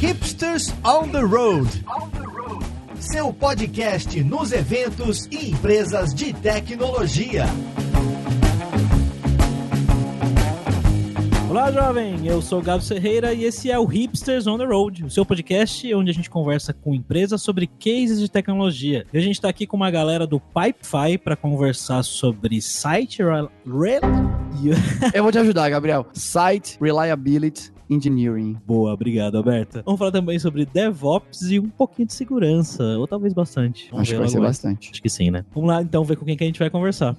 Hipsters on the Road, seu podcast nos eventos e empresas de tecnologia. Olá, jovem! Eu sou o Gabo Ferreira e esse é o Hipsters on the Road, o seu podcast onde a gente conversa com empresas sobre cases de tecnologia. E a gente está aqui com uma galera do Pipefy para conversar sobre Site Eu vou te ajudar, Gabriel. Site Reliability Engineering. Boa, obrigado, Alberta. Vamos falar também sobre DevOps e um pouquinho de segurança, ou talvez bastante. Acho que vai ser bastante. Acho que sim, né? Vamos lá, então, ver com quem que a gente vai conversar.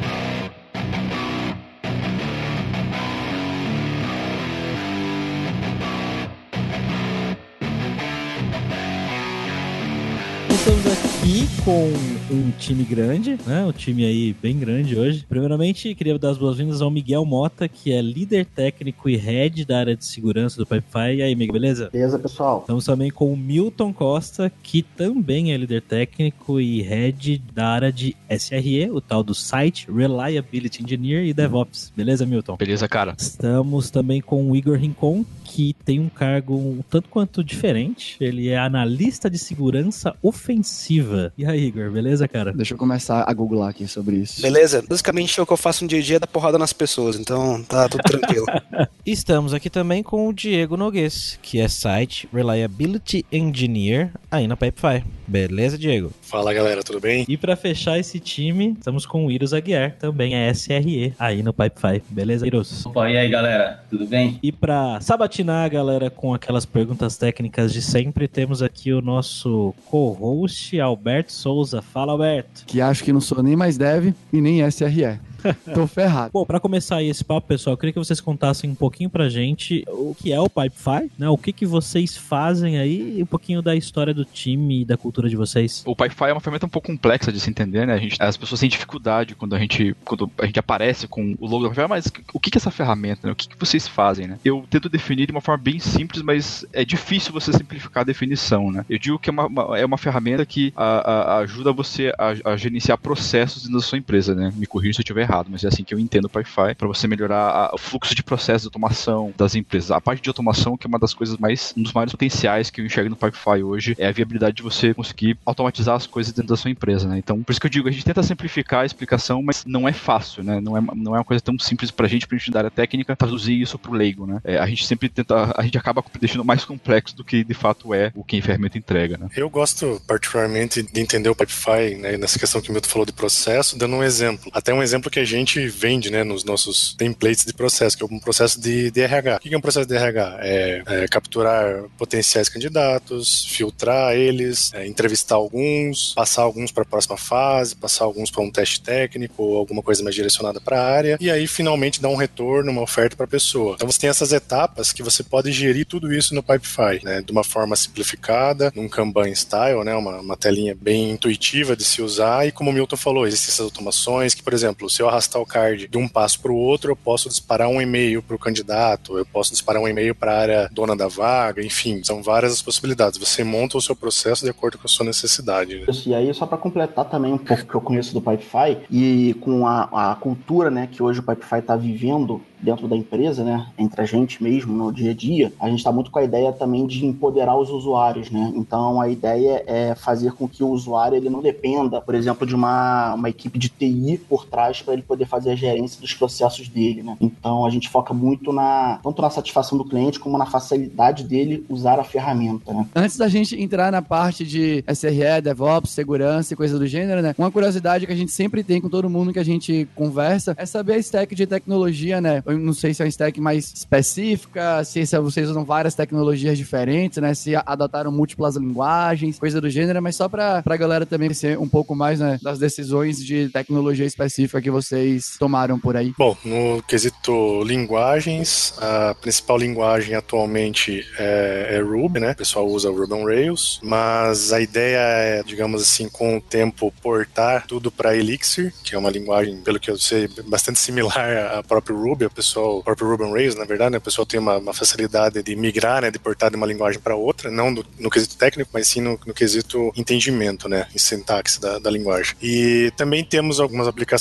Estamos aqui com um time grande, né? Um time aí bem grande hoje. Primeiramente, queria dar as boas-vindas ao Miguel Mota, que é líder técnico e head da área de segurança do Pipefy. E aí, Miguel, beleza? Beleza, pessoal. Estamos também com o Milton Costa, que também é líder técnico e head da área de SRE, o tal do Site Reliability Engineer e DevOps. Beleza, Milton? Beleza, cara. Estamos também com o Igor Rincon, que tem um cargo um tanto quanto diferente. Ele é analista de segurança ofensiva. E aí, Igor, beleza, cara? Deixa eu começar a googlar aqui sobre isso. Beleza? Basicamente é o que eu faço no dia a dia, é dar porrada nas pessoas, então tá tudo tranquilo. Estamos aqui também com o Diego Noguês, que é Site Reliability Engineer aí na Pipefy. Beleza, Diego? Fala, galera, tudo bem? E pra fechar esse time, estamos com o Iros Aguiar, também é SRE aí no Pipefy. Beleza, Iros? Opa, e aí, galera? Tudo bem? E pra sabatinar a galera com aquelas perguntas técnicas de sempre, temos aqui o nosso co-host, Alberto Souza. Fala, Alberto. Que acho que não sou nem mais dev e nem SRE. Tô ferrado. Bom, pra começar aí esse papo, pessoal, eu queria que vocês contassem um pouquinho pra gente o que é o Pipefy, né? O que vocês fazem aí e um pouquinho da história do time e da cultura de vocês. O Pipefy é uma ferramenta um pouco complexa de se entender, né? As pessoas têm dificuldade quando a gente aparece com o logo da Pipefy, mas o que é essa ferramenta, né? O que vocês fazem, né? Eu tento definir de uma forma bem simples, mas é difícil você simplificar a definição, né? Eu digo que é uma ferramenta que ajuda você a gerenciar processos dentro da sua empresa, né? Me corrija se eu estiver errado, mas é assim que eu entendo o Pipefy, para você melhorar o fluxo de processos de automação das empresas. A parte de automação, que é uma das coisas um dos maiores potenciais que eu enxergo no Pipefy hoje, é a viabilidade de você conseguir automatizar as coisas dentro da sua empresa, né? Então, por isso que eu digo, a gente tenta simplificar a explicação, mas não é fácil, né? Não é uma coisa tão simples pra gente da área técnica, traduzir isso pro leigo, né? A gente sempre tenta, a gente acaba deixando mais complexo do que de fato é o que a ferramenta entrega, né? Eu gosto particularmente de entender o Pipefy, né, nessa questão que o Milton falou de processo, dando um exemplo. Até um exemplo que a gente vende, né, nos nossos templates de processo, que é um processo de RH. O que é um processo de RH? É capturar potenciais candidatos, filtrar eles, entrevistar alguns, passar alguns para a próxima fase, passar alguns para um teste técnico ou alguma coisa mais direcionada para a área, e aí finalmente dar um retorno, uma oferta para a pessoa. Então você tem essas etapas que você pode gerir tudo isso no Pipefy, né, de uma forma simplificada, num Kanban style, né, uma telinha bem intuitiva de se usar, e como o Milton falou, existem essas automações que, por exemplo, se eu arrastar o card de um passo para o outro, eu posso disparar um e-mail para o candidato, eu posso disparar um e-mail para a área dona da vaga, enfim, são várias as possibilidades. Você monta o seu processo de acordo com a sua necessidade. Né? E aí, só para completar também um pouco que eu conheço do Pipefy e com a cultura, né, que hoje o Pipefy está vivendo dentro da empresa, né, entre a gente mesmo no dia a dia, a gente está muito com a ideia também de empoderar os usuários, né? Então a ideia é fazer com que o usuário ele não dependa, por exemplo, de uma equipe de TI por trás para ele poder fazer a gerência dos processos dele, né? Então a gente foca muito tanto na satisfação do cliente como na facilidade dele usar a ferramenta, né? Antes da gente entrar na parte de SRE, DevOps, segurança e coisa do gênero, né? Uma curiosidade que a gente sempre tem com todo mundo que a gente conversa é saber a stack de tecnologia, né? Eu não sei se é uma stack mais específica, se vocês usam várias tecnologias diferentes, né? Se adotaram múltiplas linguagens, coisa do gênero, mas só pra galera também conhecer um pouco mais, né, das decisões de tecnologia específica que vocês tomaram por aí. Bom, no quesito linguagens, a principal linguagem atualmente é Ruby, né? O pessoal usa o Ruby on Rails, mas a ideia é, digamos assim, com o tempo portar tudo para Elixir, que é uma linguagem, pelo que eu sei, bastante similar à própria Ruby, o próprio Ruby on Rails, na verdade, né? O pessoal tem uma facilidade de migrar, né? De portar de uma linguagem para outra, não no quesito técnico, mas sim no quesito entendimento, né? E sintaxe da linguagem. E também temos algumas aplicaçõezinhas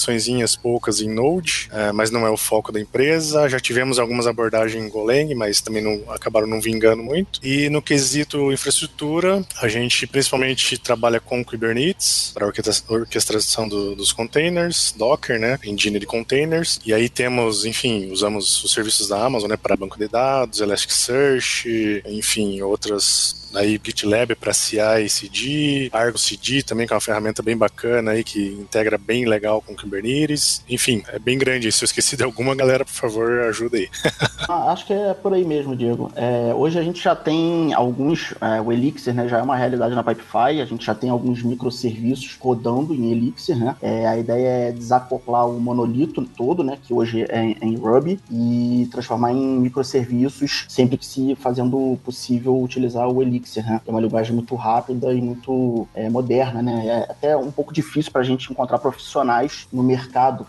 abordagens poucas em Node, mas não é o foco da empresa. Já tivemos algumas abordagens em Golang, mas também acabaram não vingando muito. E no quesito infraestrutura, a gente principalmente trabalha com Kubernetes para orquestração dos containers, Docker, né, engine de containers. E aí temos, enfim, usamos os serviços da Amazon, né, para banco de dados, Elasticsearch, enfim, outras. Aí GitLab para CI e CD, Argo CD também, que é uma ferramenta bem bacana aí, que integra bem legal com Kubernetes. Enfim, é bem grande. Se eu esqueci de alguma, galera, por favor, ajuda aí. Acho que é por aí mesmo, Diego. Hoje a gente já tem alguns, o Elixir, né, já é uma realidade na Pipefy, a gente já tem alguns microserviços rodando em Elixir, né? A ideia é desacoplar o monolito todo, né, que hoje é em Ruby, e transformar em microserviços, sempre que se fazendo possível utilizar o Elixir. Né? É uma linguagem muito rápida e muito moderna, né? É até um pouco difícil para a gente encontrar profissionais no mercado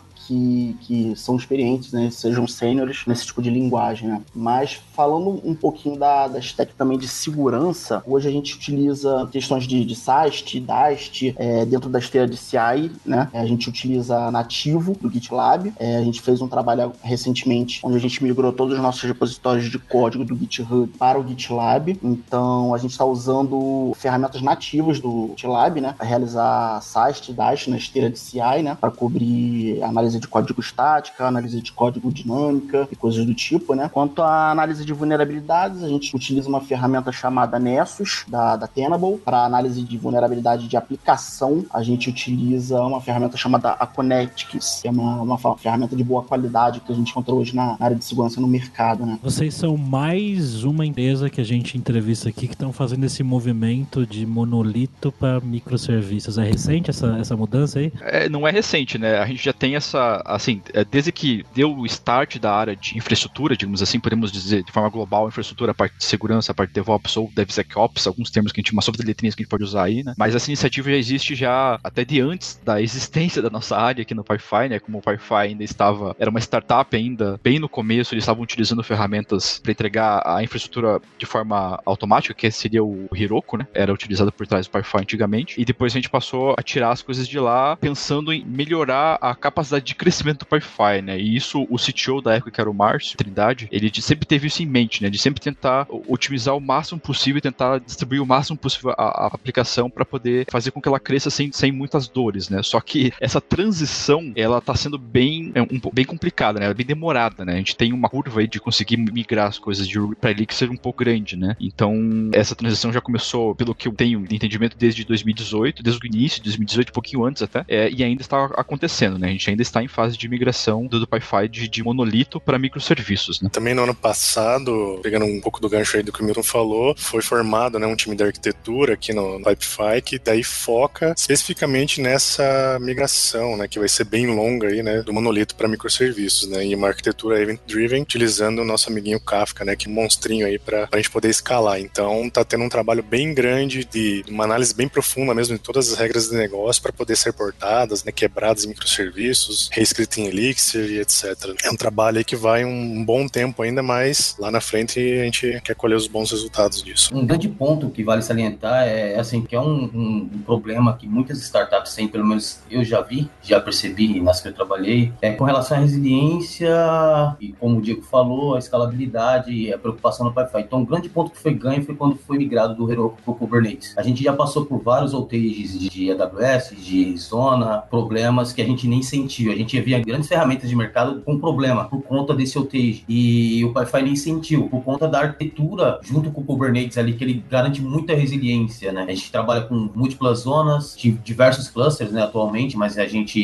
que são experientes, né, sejam sêniores nesse tipo de linguagem, né? Mas falando um pouquinho da stack também de segurança, hoje a gente utiliza questões de SAST, DAST, dentro da esteira de CI, né? A gente utiliza nativo do GitLab. A gente fez um trabalho recentemente onde a gente migrou todos os nossos repositórios de código do GitHub para o GitLab. Então a gente está usando ferramentas nativas do GitLab, né, para realizar SAST, DAST na esteira de CI, né, para cobrir análise de código estática, análise de código dinâmica e coisas do tipo, né? Quanto à análise de vulnerabilidades, a gente utiliza uma ferramenta chamada Nessus, da Tenable. Para análise de vulnerabilidade de aplicação, a gente utiliza uma ferramenta chamada Aconetics, que é uma ferramenta de boa qualidade que a gente encontra hoje na área de segurança no mercado, né? Vocês são mais uma empresa que a gente entrevista aqui que estão fazendo esse movimento de monolito para microserviços. É recente essa mudança aí? Não é recente, né? A gente já tem assim, desde que deu o start da área de infraestrutura, digamos assim, podemos dizer de forma global, infraestrutura, a parte de segurança, a parte de DevOps ou DevSecOps, alguns termos que a gente, uma letrinhas que a gente pode usar aí, né? Mas essa iniciativa já existe já até de antes da existência da nossa área aqui no Pipefy, né? Como o Pipefy ainda era uma startup ainda, bem no começo, eles estavam utilizando ferramentas para entregar a infraestrutura de forma automática, que seria o Heroku, né? Era utilizado por trás do Pipefy antigamente, e depois a gente passou a tirar as coisas de lá, pensando em melhorar a capacidade de crescimento do Pipefy, né? E isso, o CTO da época, que era o Márcio Trindade, ele sempre teve isso em mente, né? De sempre tentar otimizar o máximo possível e tentar distribuir o máximo possível a aplicação para poder fazer com que ela cresça sem muitas dores, né? Só que essa transição, ela tá sendo bem complicada, né? Ela é bem demorada, né? A gente tem uma curva aí de conseguir migrar as coisas para Elixir um pouco grande, né? Então, essa transição já começou, pelo que eu tenho de entendimento, desde 2018, desde o início de 2018, um pouquinho antes até, e ainda está acontecendo, né? A gente ainda está em fase de migração do Pipefy de monolito para microserviços, né? Também no ano passado, pegando um pouco do gancho aí do que o Milton falou, foi formado, né, um time de arquitetura aqui no Pipefy, que daí foca especificamente nessa migração, né, que vai ser bem longa aí, né, do monolito para microserviços, né, e uma arquitetura event-driven, utilizando o nosso amiguinho Kafka, né, que é um monstrinho aí para a gente poder escalar. Então, tá tendo um trabalho bem grande de uma análise bem profunda mesmo de todas as regras de negócio para poder ser portadas, né, quebradas em microserviços, reescrito em Elixir e etc. É um trabalho aí que vai um bom tempo ainda, mas lá na frente a gente quer colher os bons resultados disso. Um grande ponto que vale salientar é assim, que é um problema que muitas startups têm, pelo menos eu já percebi nas que eu trabalhei, com relação à resiliência e, como o Diego falou, a escalabilidade e a preocupação no Pipefy. Então, um grande ponto que foi ganho foi quando foi migrado do Heroku para o Kubernetes. A gente já passou por vários outage de AWS, de Zona, problemas que a gente nem sentiu. A gente via grandes ferramentas de mercado com problema por conta desse outage. E o Pipefy nem sentiu, por conta da arquitetura junto com o Kubernetes ali, que ele garante muita resiliência, né? A gente trabalha com múltiplas zonas, de diversos clusters, né, atualmente, mas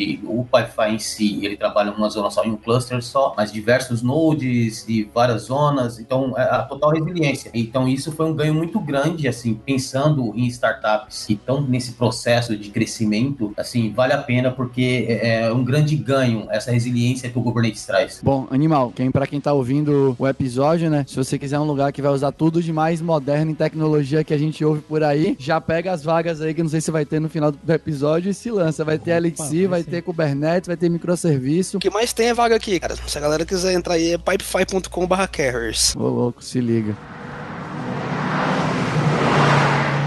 o Pipefy em si, ele trabalha uma zona só, em um cluster só, mas diversos nodes e várias zonas, então a total resiliência. Então isso foi um ganho muito grande, assim, pensando em startups que estão nesse processo de crescimento, assim, vale a pena porque é um grande ganho essa resiliência que o Kubernetes traz. Bom, Animal, pra quem tá ouvindo o episódio, né, se você quiser um lugar que vai usar tudo de mais moderno em tecnologia que a gente ouve por aí, já pega as vagas aí que não sei se vai ter no final do episódio e se lança. Vai ter Elixir, vai ter Kubernetes, vai ter microserviço. O que mais tem é vaga aqui, cara. Se a galera quiser entrar aí, é pipefy.com/carriers. Ô, louco, se liga.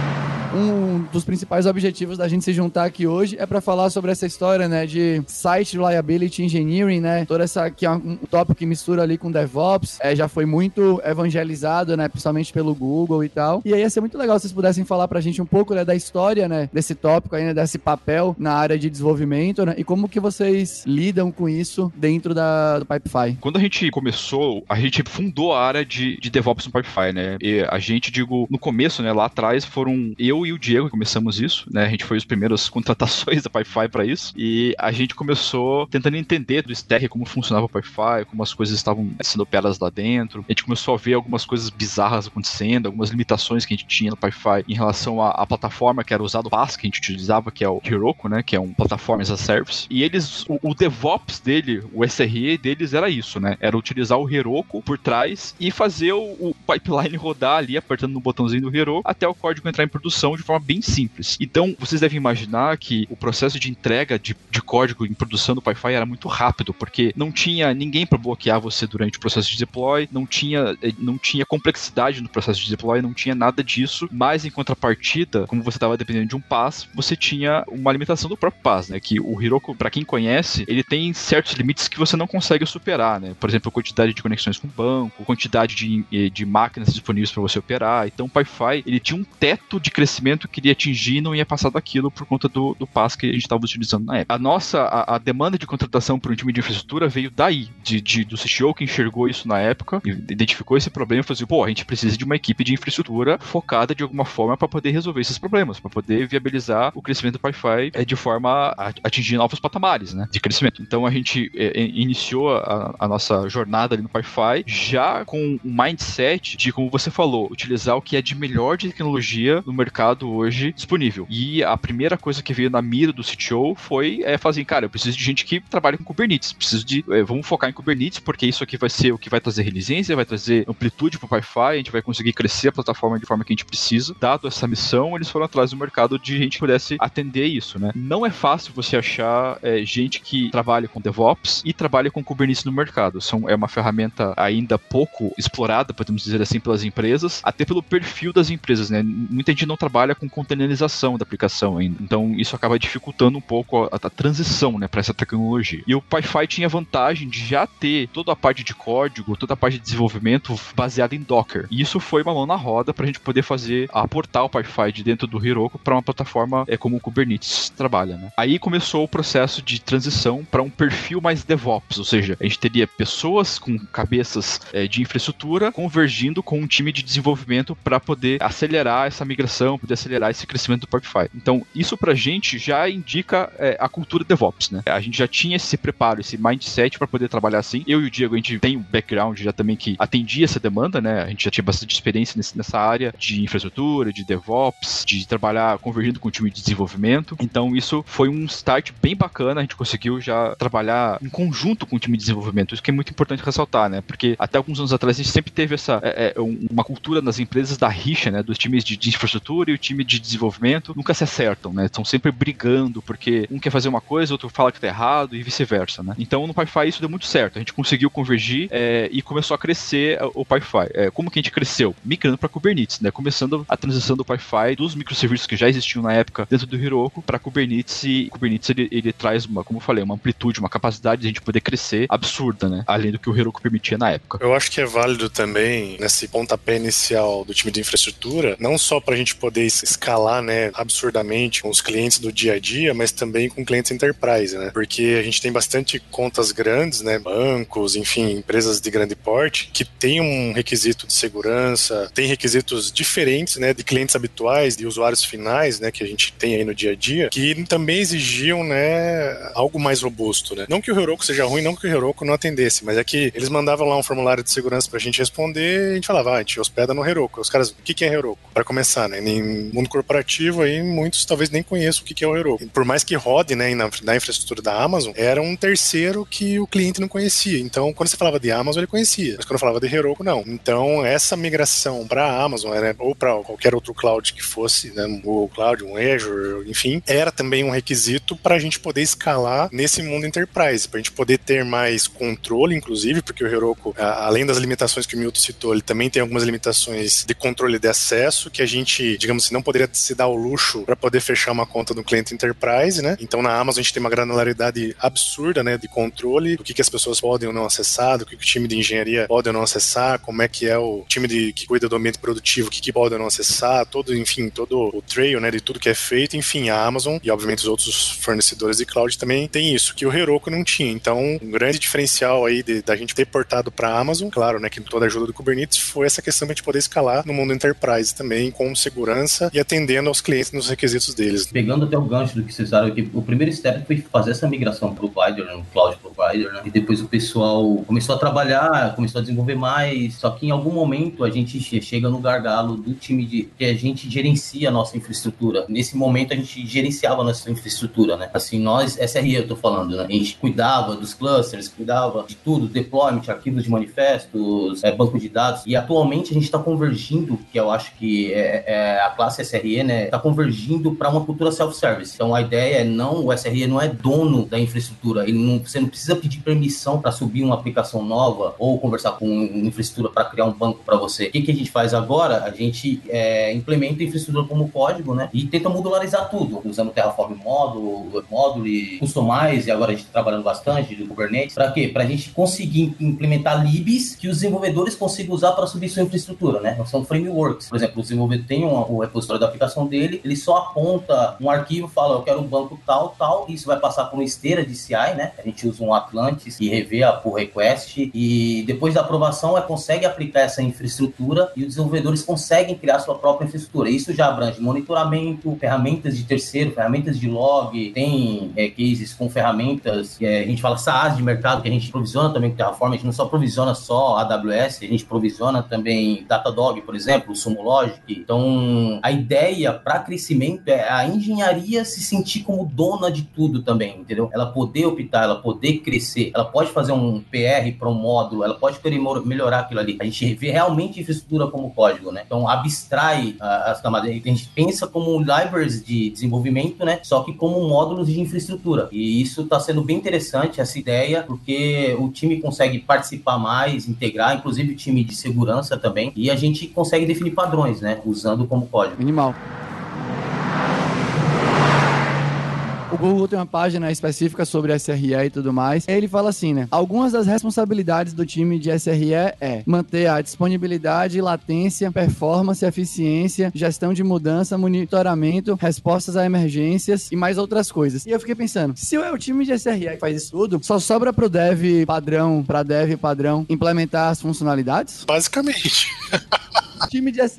um dos principais objetivos da gente se juntar aqui hoje é para falar sobre essa história, né, de Site Reliability Engineering, né, toda essa que é um tópico que mistura ali com DevOps, já foi muito evangelizado, né, principalmente pelo Google e tal. E aí ia ser muito legal se vocês pudessem falar pra gente um pouco, né, da história, né, desse tópico aí, né, desse papel na área de desenvolvimento, né, e como que vocês lidam com isso dentro do Pipefy. Quando a gente começou, a gente fundou a área de DevOps no Pipefy, né, e a gente, no começo, né, lá atrás foram eu e o Diego que começamos isso, né, a gente foi as primeiras contratações da Pipefy pra isso, e a gente começou tentando entender do stack como funcionava o Pipefy, como as coisas estavam sendo operadas lá dentro. A gente começou a ver algumas coisas bizarras acontecendo, algumas limitações que a gente tinha no Pipefy em relação à plataforma que era usada, o PaaS que a gente utilizava, que é o Heroku, né, que é um Platform as a Service. E eles, o DevOps dele, o SRE deles era isso, né, era utilizar o Heroku por trás e fazer o pipeline rodar ali, apertando no botãozinho do Heroku, até o código entrar em produção de forma bem simples. Então, vocês devem imaginar que o processo de entrega de código em produção do Pipefy era muito rápido, porque não tinha ninguém para bloquear você durante o processo de deploy, não tinha complexidade no processo de deploy, não tinha nada disso, mas em contrapartida, como você estava dependendo de um PaaS, você tinha uma limitação do próprio PaaS, né, que o Heroku, para quem conhece, ele tem certos limites que você não consegue superar, né, por exemplo, a quantidade de conexões com o banco, quantidade de máquinas disponíveis para você operar. Então o Pipefy, ele tinha um teto de crescimento que ele ia atingir e não ia passar daquilo por conta do PaaS que a gente estava utilizando na época. A demanda de contratação para um time de infraestrutura veio daí, do CTO que enxergou isso na época, identificou esse problema e falou assim, a gente precisa de uma equipe de infraestrutura focada de alguma forma para poder resolver esses problemas, para poder viabilizar o crescimento do Pipefy de forma a atingir novos patamares, né, de crescimento. Então a gente iniciou a nossa jornada ali no Pipefy já com um mindset de, como você falou, utilizar o que é de melhor de tecnologia no mercado hoje disponível. E a primeira coisa que veio na mira do CTO foi falar assim, cara, eu preciso de gente que trabalhe com Kubernetes, vamos focar em Kubernetes, porque isso aqui vai ser o que vai trazer resiliência, vai trazer amplitude pro Pipefy, a gente vai conseguir crescer a plataforma de forma que a gente precisa. Dado essa missão, eles foram atrás do mercado de gente que pudesse atender isso, né? Não é fácil você achar gente que trabalha com DevOps e trabalha com Kubernetes no mercado. É uma ferramenta ainda pouco explorada, podemos dizer assim, pelas empresas, até pelo perfil das empresas, né? Muita gente não trabalha com containerização da aplicação ainda. Então, isso acaba dificultando um pouco a transição, né, para essa tecnologia. E o Pipefy tinha a vantagem de já ter toda a parte de código, toda a parte de desenvolvimento baseada em Docker. E isso foi uma mão na roda para a gente poder aportar o Pipefy de dentro do Heroku para uma plataforma como o Kubernetes trabalha, né? Aí começou o processo de transição para um perfil mais DevOps, ou seja, a gente teria pessoas com cabeças de infraestrutura convergindo com um time de desenvolvimento para poder acelerar essa migração, poder acelerar esse crescimento do Pipefy. Então, isso pra gente já indica a cultura DevOps, né? A gente já tinha esse preparo, esse mindset para poder trabalhar assim. Eu e o Diego, a gente tem um background já também que atendia essa demanda, né? A gente já tinha bastante experiência nessa área de infraestrutura, de DevOps, de trabalhar convergindo com o time de desenvolvimento. Então, isso foi um start bem bacana. A gente conseguiu já trabalhar em conjunto com o time de desenvolvimento. Isso que é muito importante ressaltar, né? Porque até alguns anos atrás a gente sempre teve uma cultura nas empresas da rixa, né? Dos times de infraestrutura e o time de desenvolvimento nunca se acertam, né? Estão sempre brigando porque um quer fazer uma coisa, outro fala que tá errado e vice-versa, né? Então no Pipefy isso deu muito certo. A gente conseguiu convergir e começou a crescer o Pipefy. Como que a gente cresceu? Migrando para Kubernetes, né? Começando a transição do Pipefy dos microserviços que já existiam na época dentro do Heroku para Kubernetes, e Kubernetes ele traz como eu falei, uma amplitude, uma capacidade de a gente poder crescer absurda, né? Além do que o Heroku permitia na época. Eu acho que é válido também, nesse pontapé inicial do time de infraestrutura, não só para a gente poder escalar, né, absurdamente com os clientes do dia a dia, mas também com clientes enterprise, né? Porque a gente tem bastante contas grandes, né, bancos, enfim, empresas de grande porte, que tem um requisito de segurança, tem requisitos diferentes, né, de clientes habituais, de usuários finais, né, que a gente tem aí no dia a dia, que também exigiam, né, algo mais robusto, né? Não que o Heroku seja ruim, não que o Heroku não atendesse, mas é que eles mandavam lá um formulário de segurança pra gente responder, e a gente falava, a gente hospeda no Heroku. Os caras, o que é Heroku? Para começar, né, em mundo corporativo aí muitos talvez nem conheçam o que é o Heroku. Por mais que rode, né, na infraestrutura da Amazon, era um terceiro que o cliente não conhecia. Então, quando você falava de Amazon, ele conhecia, mas quando falava de Heroku, não. Então, essa migração para a Amazon, né, ou para qualquer outro cloud que fosse, né, um Google Cloud, um Azure, enfim, era também um requisito para a gente poder escalar nesse mundo enterprise, para a gente poder ter mais controle, inclusive, porque o Heroku, além das limitações que o Milton citou, ele também tem algumas limitações de controle de acesso que a gente, digamos assim, não poderia se dar o luxo para poder fechar uma conta do cliente enterprise, né? Então na Amazon a gente tem uma granularidade absurda, né, de controle do que as pessoas podem ou não acessar, do que o time de engenharia pode ou não acessar, como é que é o time que cuida do ambiente produtivo, o que pode ou não acessar, todo o trail, né, de tudo que é feito. Enfim, a Amazon e obviamente os outros fornecedores de cloud também tem isso, que o Heroku não tinha. Então, um grande diferencial aí da gente ter portado para a Amazon, claro, né, que toda a ajuda do Kubernetes, foi essa questão de a gente poder escalar no mundo enterprise também, com segurança e atendendo aos clientes nos requisitos deles. Pegando até o gancho do que vocês falaram, que o primeiro step foi fazer essa migração pro provider, né, no cloud provider, né, e depois o pessoal começou a trabalhar, começou a desenvolver mais, só que em algum momento a gente chega no gargalo do time que a gente gerencia a nossa infraestrutura. Nesse momento a gente gerenciava a nossa infraestrutura, né? Assim, nós, SRE eu tô falando, né? A gente cuidava dos clusters, cuidava de tudo, deployment, arquivos de manifestos, banco de dados, e atualmente a gente está convergindo, que eu acho que a classe SRE, né, está convergindo para uma cultura self-service. Então a ideia o SRE não é dono da infraestrutura, você não precisa pedir permissão para subir uma aplicação nova ou conversar com infraestrutura para criar um banco para você. O que a gente faz agora? A gente implementa a infraestrutura como código, né, e tenta modularizar tudo, usando Terraform Module, Customize, e agora a gente está trabalhando bastante do Kubernetes. Para quê? Para a gente conseguir implementar libs que os desenvolvedores consigam usar para subir sua infraestrutura, né? São frameworks. Por exemplo, o desenvolvedor tem o repositório da aplicação dele, ele só aponta um arquivo, fala, eu quero um banco tal, e isso vai passar por uma esteira de CI, né? A gente usa um Atlantis e revê a pull request, e depois da aprovação consegue aplicar essa infraestrutura e os desenvolvedores conseguem criar sua própria infraestrutura. Isso já abrange monitoramento, ferramentas de terceiro, ferramentas de log, tem cases com ferramentas que a gente fala SaaS de mercado, que a gente provisiona também com Terraform. A gente não só provisiona só AWS, a gente provisiona também Datadog, por exemplo, Sumo Logic. Então, a ideia para crescimento é a engenharia se sentir como dona de tudo também, entendeu? Ela poder optar, ela poder crescer, ela pode fazer um PR para um módulo, ela pode querer melhorar aquilo ali. A gente vê realmente a infraestrutura como código, né? Então, abstrai as camadas. A gente pensa como libraries de desenvolvimento, né? Só que como módulos de infraestrutura. E isso está sendo bem interessante, essa ideia, porque o time consegue participar mais, integrar, inclusive o time de segurança também, e a gente consegue definir padrões, né? Usando como código. Minimal. O Google tem uma página específica sobre SRE e tudo mais. Ele fala assim, né? Algumas das responsabilidades do time de SRE é manter a disponibilidade, latência, performance, eficiência, gestão de mudança, monitoramento, respostas a emergências e mais outras coisas. E eu fiquei pensando, se o time de SRE que faz isso tudo, só sobra pro dev padrão, implementar as funcionalidades? Basicamente. O time de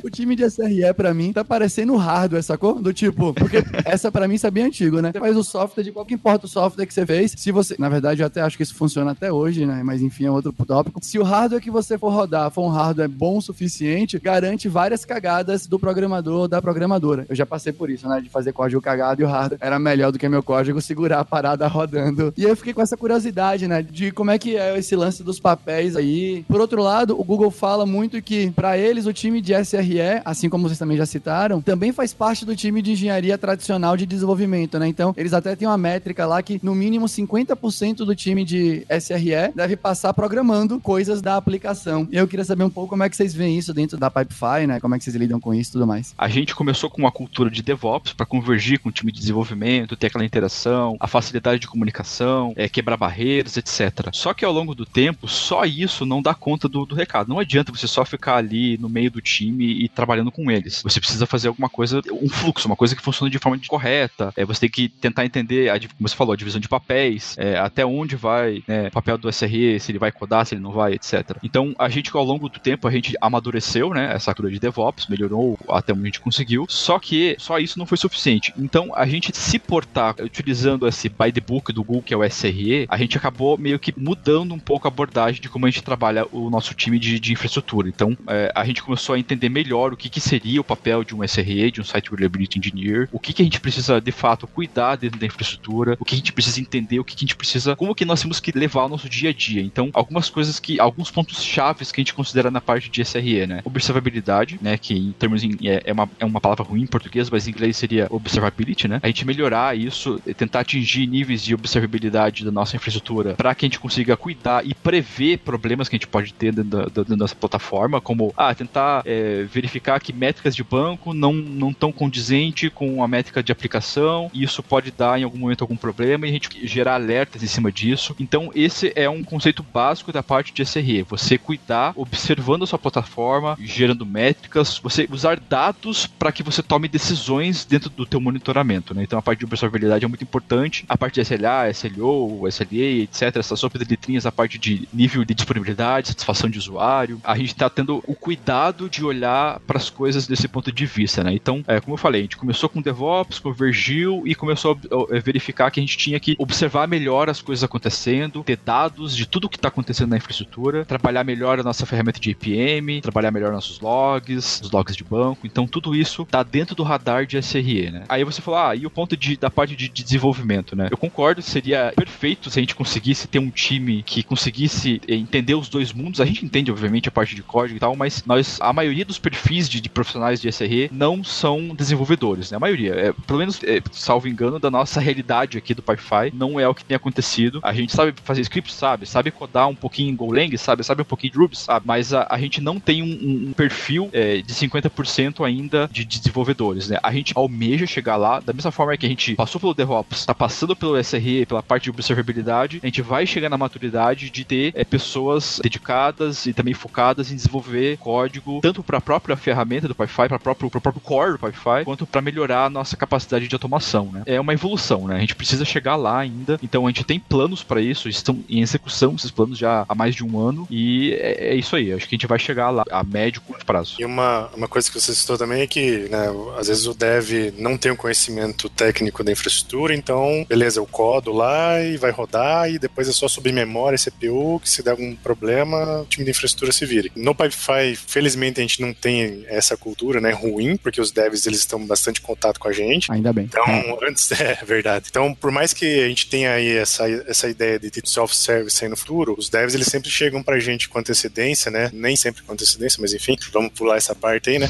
SRE, pra mim, tá parecendo hardware, sacou? Do tipo, porque essa pra mim isso é bem antigo, né? Você faz o software de qualquer importa o software que você fez, se você... Na verdade, eu até acho que isso funciona até hoje, né? Mas enfim, é outro tópico. Se o hardware que você for rodar for um hardware bom o suficiente, garante várias cagadas do programador ou da programadora. Eu já passei por isso, né? De fazer código cagado e o hardware era melhor do que meu código segurar a parada rodando. E eu fiquei com essa curiosidade, né? De como é que é esse lance dos papéis aí. Por outro lado, o Google fala muito que, pra eles, o time de SRE, assim como vocês também já citaram, também faz parte do time de engenharia tradicional de desenvolvimento, né? Então, eles até têm uma métrica lá que, no mínimo, 50% do time de SRE deve passar programando coisas da aplicação. E eu queria saber um pouco como é que vocês veem isso dentro da Pipefy, né? Como é que vocês lidam com isso e tudo mais. A gente começou com uma cultura de DevOps para convergir com o time de desenvolvimento, ter aquela interação, a facilidade de comunicação, quebrar barreiras, etc. Só que ao longo do tempo, só isso não dá conta do recado. Não adianta você só ficar ali no meio do time e trabalhando com eles. Você precisa fazer alguma coisa, um fluxo, uma coisa que funcione de forma correta. Você tem que tentar entender, como você falou, a divisão de papéis, até onde vai, né, o papel do SRE, se ele vai codar, se ele não vai, etc. Então, a gente, ao longo do tempo, a gente amadureceu, né, essa cultura de DevOps, melhorou até onde a gente conseguiu, só que só isso não foi suficiente. Então, a gente se portar utilizando esse by the book do Google, que é o SRE, a gente acabou meio que mudando um pouco a abordagem de como a gente trabalha o nosso time de infraestrutura. Então, a gente começou a entender melhor o que seria o papel de um SRE, de um Site Reliability Engineer, o que a gente precisa, de fato, cuidar dentro da infraestrutura, o que a gente precisa entender, o que a gente precisa, como que nós temos que levar ao nosso dia a dia. Então, alguns pontos chaves que a gente considera na parte de SRE, né? Observabilidade, né? Que em termos é uma palavra ruim em português, mas em inglês seria observability, né? A gente melhorar isso, tentar atingir níveis de observabilidade da nossa infraestrutura para que a gente consiga cuidar e prever problemas que a gente pode ter dentro da nossa plataforma, como, tentar verificar que métricas de banco não estão condizentes com a métrica de aplicação, e isso pode dar em algum momento algum problema, e a gente gerar alertas em cima disso. Então esse é um conceito básico da parte de SRE, você cuidar, observando a sua plataforma, gerando métricas, você usar dados para que você tome decisões dentro do teu monitoramento, né? Então a parte de observabilidade é muito importante, a parte de SLA, SLO, SLA, etc, essas sopas de letrinhas, a parte de nível de disponibilidade, satisfação de usuário, a gente está tendo o cuidado de olhar para as coisas desse ponto de vista, né? Então, como eu falei, a gente começou com DevOps, convergiu e começou a verificar que a gente tinha que observar melhor as coisas acontecendo, ter dados de tudo o que está acontecendo na infraestrutura, trabalhar melhor a nossa ferramenta de APM, trabalhar melhor nossos logs, os logs de banco. Então, tudo isso está dentro do radar de SRE, né? Aí você falou, e o ponto da parte de desenvolvimento, né? Eu concordo, seria perfeito se a gente conseguisse ter um time que conseguisse entender os dois mundos. A gente entende, obviamente, a parte de código e tal, mas a maioria dos perfis de profissionais de SRE não são desenvolvedores, né? A maioria, pelo menos, salvo engano, da nossa realidade aqui do Pipefy, não é o que tem acontecido. A gente sabe fazer script, sabe codar um pouquinho em Golang, sabe um pouquinho de Ruby, sabe, mas a gente não tem um perfil de 50% ainda de desenvolvedores, né? A gente almeja chegar lá, da mesma forma que a gente passou pelo DevOps, está passando pelo SRE, pela parte de observabilidade, a gente vai chegar na maturidade de ter pessoas dedicadas e também focadas em desenvolver código, tanto para a própria ferramenta do Pipefy, para o próprio core do Pipefy, quanto para melhorar a nossa capacidade de automação, né? É uma evolução, né? A gente precisa chegar lá ainda, então a gente tem planos para isso, estão em execução esses planos já há mais de um ano, e é isso aí, acho que a gente vai chegar lá a médio e curto prazo. E uma coisa que você citou também é que, né, às vezes o dev não tem o conhecimento técnico da infraestrutura, então, beleza, eu codo lá e vai rodar, e depois é só subir memória, CPU, que se der algum problema, o time de infraestrutura se vire. No Pipefy, felizmente, a gente não tem essa cultura, né, ruim, porque os devs, eles estão bastante em contato com a gente. Ainda bem. Então, antes, é verdade. Então, por mais que a gente tenha aí essa ideia de self-service aí no futuro, os devs, eles sempre chegam pra gente com antecedência, né, nem sempre com antecedência, mas enfim, vamos pular essa parte aí, né.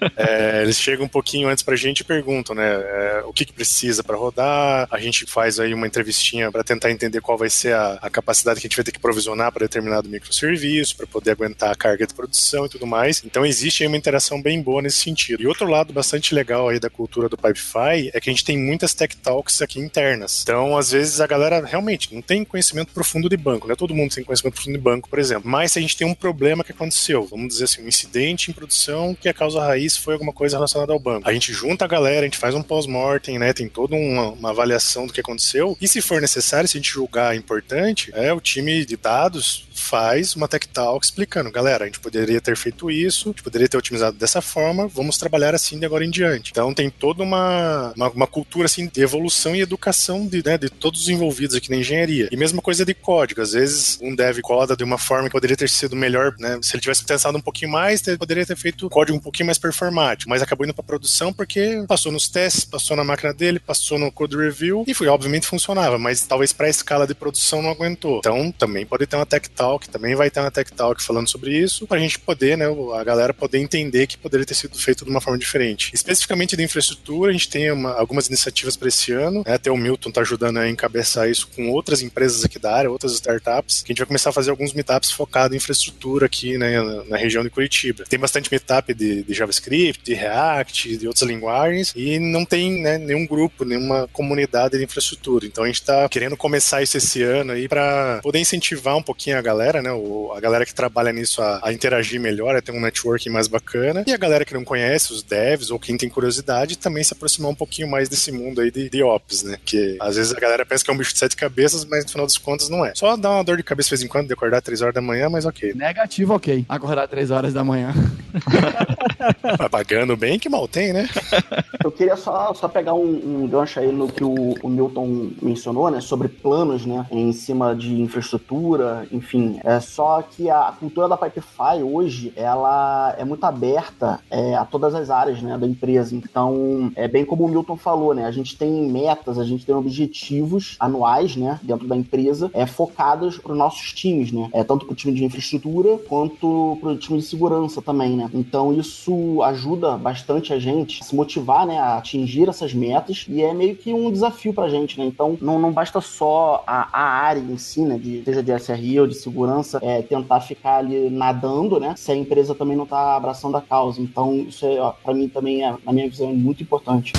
Eles chegam um pouquinho antes pra gente e perguntam, né, o que precisa pra rodar, a gente faz aí uma entrevistinha pra tentar entender qual vai ser a capacidade que a gente vai ter que provisionar para determinado microserviço, para poder aguentar a carga de produção e tudo mais. Então existe aí uma interação bem boa nesse sentido. E outro lado bastante legal aí da cultura do Pipefy é que a gente tem muitas tech talks aqui internas. Então, às vezes, a galera realmente não tem conhecimento profundo de banco, né? Todo mundo tem conhecimento profundo de banco, por exemplo. Mas se a gente tem um problema que aconteceu, vamos dizer assim, um incidente em produção que a causa raiz foi alguma coisa relacionada ao banco. A gente junta a galera, a gente faz um pós-mortem, né? Tem toda uma avaliação do que aconteceu. E se for necessário, se a gente julgar importante, o time de dados faz uma tech talk explicando, galera, a gente poderia ter feito isso, a gente poderia ter otimizado dessa forma, vamos trabalhar assim de agora em diante. Então tem toda uma cultura assim de evolução e educação de todos os envolvidos aqui na engenharia. E mesma coisa de código, às vezes um dev coda de uma forma que poderia ter sido melhor, né? Se ele tivesse pensado um pouquinho mais, ele poderia ter feito código um pouquinho mais performático, mas acabou indo para produção porque passou nos testes, passou na máquina dele, passou no code review e obviamente funcionava, mas talvez para a escala de produção não aguentou. Então também pode ter uma tech talk, também vai ter uma tech talk falando sobre isso, pra gente poder, né, a galera poder entender que poderia ter sido feito de uma forma diferente. Especificamente de infraestrutura, a gente tem algumas iniciativas para esse ano, né, até o Milton tá ajudando a encabeçar isso com outras empresas aqui da área, outras startups, que a gente vai começar a fazer alguns meetups focados em infraestrutura aqui, né, na região de Curitiba. Tem bastante meetup de JavaScript, de React, de outras linguagens, e não tem, né, nenhum grupo, nenhuma comunidade de infraestrutura. Então a gente tá querendo começar isso esse ano aí para poder incentivar um pouquinho a galera, né, a galera que trabalha nisso a interagir melhor, a ter um networking mais bacana, e a galera que não conhece, os devs, ou quem tem curiosidade, também se aproximar um pouquinho mais desse mundo aí de Ops, né, que às vezes a galera pensa que é um bicho de 7 cabeças, mas no final das contas não é. Só dá uma dor de cabeça de vez em quando, de acordar 3 horas da manhã, mas ok. Negativo, ok. Acordar 3 horas da manhã. Pagando bem, que mal tem, né? Eu queria só pegar um gancho aí no que o Milton mencionou, né, sobre planos, né, em cima de infraestrutura, enfim, só que a cultura da Pipefy hoje, ela é muito aberta a todas as áreas, né, da empresa. Então, bem como o Milton falou, né, a gente tem metas, a gente tem objetivos anuais, né, dentro da empresa, focados para os nossos times, né, tanto para o time de infraestrutura quanto para o time de segurança também, né. Então, isso isso ajuda bastante a gente a se motivar, né, a atingir essas metas, e é meio que um desafio pra gente, né? Então, não basta só a área em si, né, seja de SRE ou de segurança, tentar ficar ali nadando, né, se a empresa também não tá abraçando a causa. Então, isso pra mim também, na minha visão, é muito importante.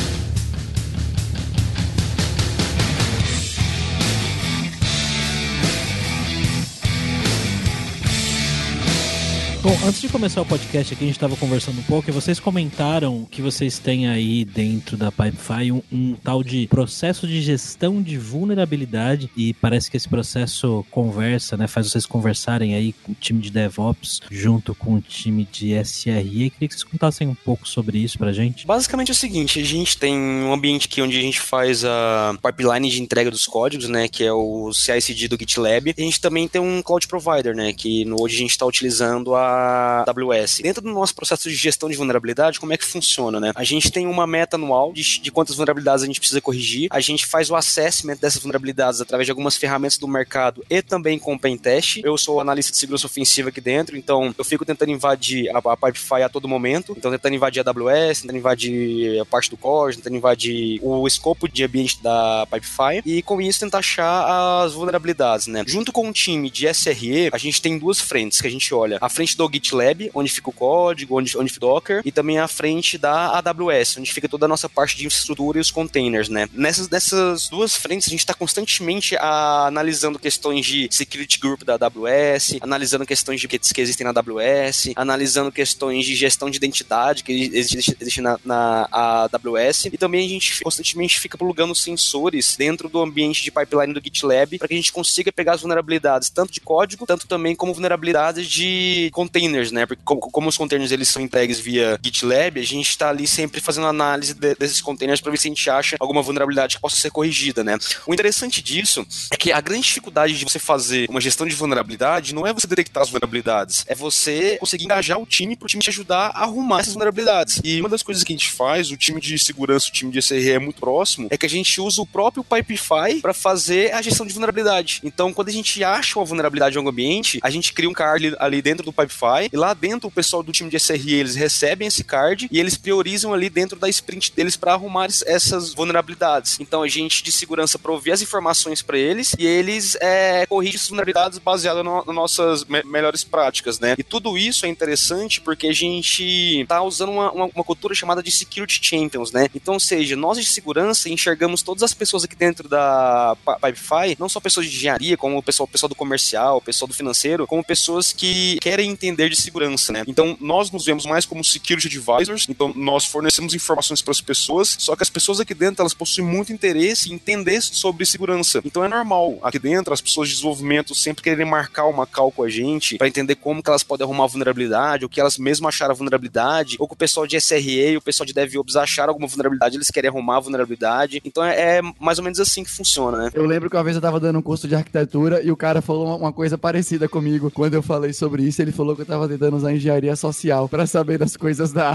Bom, antes de começar o podcast aqui, a gente estava conversando um pouco e vocês comentaram que vocês têm aí dentro da Pipefy um tal de processo de gestão de vulnerabilidade, e parece que esse processo conversa, né, faz vocês conversarem aí com o time de DevOps junto com o time de SRE. Queria que vocês contassem um pouco sobre isso pra gente. Basicamente é o seguinte, a gente tem um ambiente aqui onde a gente faz a pipeline de entrega dos códigos, né, que é o CI/CD do GitLab. E a gente também tem um cloud provider, né, que hoje a gente está utilizando a AWS. Dentro do nosso processo de gestão de vulnerabilidade, como é que funciona, né? A gente tem uma meta anual de quantas vulnerabilidades a gente precisa corrigir. A gente faz o assessment dessas vulnerabilidades através de algumas ferramentas do mercado e também com o Pentest. Eu sou analista de segurança ofensiva aqui dentro, então eu fico tentando invadir a Pipefy a todo momento. Então tentando invadir a AWS, tentando invadir a parte do core, tentando invadir o escopo de ambiente da Pipefy e com isso tentar achar as vulnerabilidades, né? Junto com o time de SRE, a gente tem duas frentes que a gente olha. A frente do GitLab, onde fica o código, onde fica o Docker, e também a frente da AWS, onde fica toda a nossa parte de infraestrutura e os containers, né? Nessas duas frentes, a gente está constantemente analisando questões de security group da AWS, analisando questões de buckets que existem na AWS, analisando questões de gestão de identidade que existe na AWS, e também a gente constantemente fica plugando sensores dentro do ambiente de pipeline do GitLab para que a gente consiga pegar as vulnerabilidades, tanto de código, tanto também como vulnerabilidades de containers, né? Porque como os containers eles são entregues via GitLab, a gente está ali sempre fazendo análise desses containers para ver se a gente acha alguma vulnerabilidade que possa ser corrigida, né? O interessante disso é que a grande dificuldade de você fazer uma gestão de vulnerabilidade não é você detectar as vulnerabilidades, é você conseguir engajar o time para o time te ajudar a arrumar essas vulnerabilidades. E uma das coisas que a gente faz, o time de segurança, o time de SRE é muito próximo, é que a gente usa o próprio Pipefy para fazer a gestão de vulnerabilidade. Então, quando a gente acha uma vulnerabilidade em algum ambiente, a gente cria um card ali dentro do Pipefy, e lá dentro o pessoal do time de SRE, eles recebem esse card e eles priorizam ali dentro da sprint deles para arrumar essas vulnerabilidades. Então a gente de segurança provê as informações para eles e eles corrigem essas vulnerabilidades baseadas nas nossas melhores práticas, né? E tudo isso é interessante porque a gente tá usando uma cultura chamada de Security Champions, né? Então, ou seja, nós de segurança enxergamos todas as pessoas aqui dentro da Pipefy, não só pessoas de engenharia, como o pessoal do comercial, o pessoal do financeiro, como pessoas que querem entender de segurança, né? Então, nós nos vemos mais como Security Advisors, então nós fornecemos informações para as pessoas, só que as pessoas aqui dentro, elas possuem muito interesse em entender sobre segurança. Então, é normal, aqui dentro, as pessoas de desenvolvimento sempre querem marcar uma call com a gente para entender como que elas podem arrumar a vulnerabilidade, ou que elas mesmas acharam a vulnerabilidade, ou que o pessoal de SRE e o pessoal de DevOps acharam alguma vulnerabilidade, eles querem arrumar a vulnerabilidade. Então, é mais ou menos assim que funciona, né? Eu lembro que uma vez eu tava dando um curso de arquitetura e o cara falou uma coisa parecida comigo. Quando eu falei sobre isso, ele falou que eu tava tentando usar engenharia social pra saber das coisas da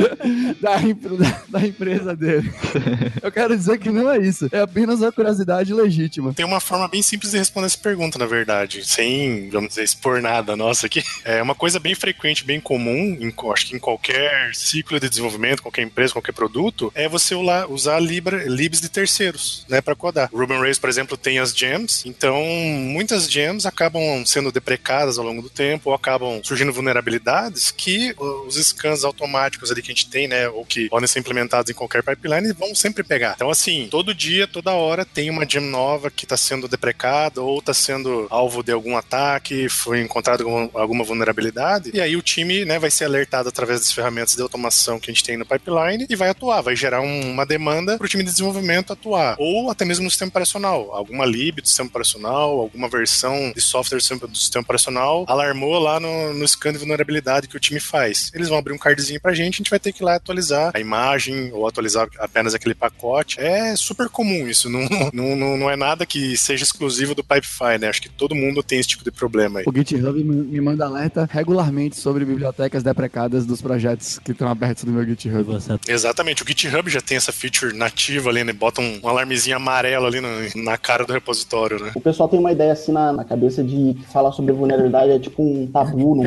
empresa dele. Eu quero dizer que não é isso. É apenas uma curiosidade legítima. Tem uma forma bem simples de responder essa pergunta, na verdade. Sem, vamos dizer, expor nada nossa aqui. É uma coisa bem frequente, bem comum, acho que em qualquer ciclo de desenvolvimento, qualquer empresa, qualquer produto, é você usar libs de terceiros, né, para codar. O Ruby on Rails, por exemplo, tem as gems, então muitas gems acabam sendo deprecadas ao longo do tempo, ou acabam surgindo vulnerabilidades que os scans automáticos ali que a gente tem, né, ou que podem ser implementados em qualquer pipeline, vão sempre pegar. Então, assim, todo dia, toda hora tem uma gem nova que está sendo deprecada ou está sendo alvo de algum ataque, foi encontrado alguma vulnerabilidade, e aí o time, né, vai ser alertado através das ferramentas de automação que a gente tem no pipeline e vai atuar, vai gerar uma demanda para o time de desenvolvimento atuar, ou até mesmo no sistema operacional, alguma lib do sistema operacional, alguma versão de software do sistema operacional alarmou lá no scan de vulnerabilidade que o time faz. Eles vão abrir um cardzinho pra gente vai ter que ir lá atualizar a imagem ou atualizar apenas aquele pacote. É super comum isso, não é nada que seja exclusivo do Pipefy, né? Acho que todo mundo tem esse tipo de problema aí. O GitHub me manda alerta regularmente sobre bibliotecas deprecadas dos projetos que estão abertos no meu GitHub. Exatamente, o GitHub já tem essa feature nativa ali, né? Bota um alarmezinho amarelo ali na cara do repositório, né? O pessoal tem uma ideia assim na cabeça de que falar sobre vulnerabilidade é tipo um tabu, não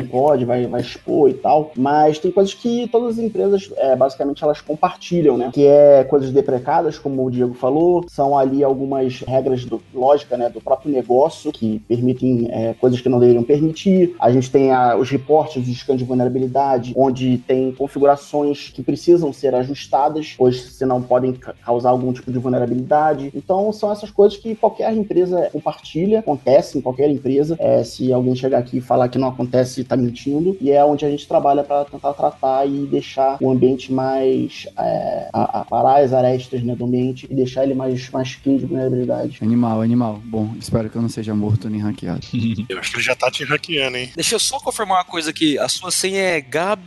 pode, vai expor e tal, mas tem coisas que todas as empresas, basicamente, elas compartilham, né? Que é coisas deprecadas, como o Diego falou, são ali algumas regras lógica, né, do próprio negócio que permitem coisas que não deveriam permitir. A gente tem os reportes de scan de vulnerabilidade, onde tem configurações que precisam ser ajustadas, pois senão podem causar algum tipo de vulnerabilidade. Então, são essas coisas que qualquer empresa compartilha, acontece em qualquer empresa. Se alguém chegar aqui e falar que não acontece, está mentindo. E é onde a gente trabalha para tentar tratar e deixar o ambiente mais... parar as arestas, né, do ambiente e deixar ele mais clean de vulnerabilidade. Animal. Bom, espero que eu não seja morto nem hackeado. Eu acho que ele já tá te hackeando, hein? Deixa eu só confirmar uma coisa aqui. A sua senha é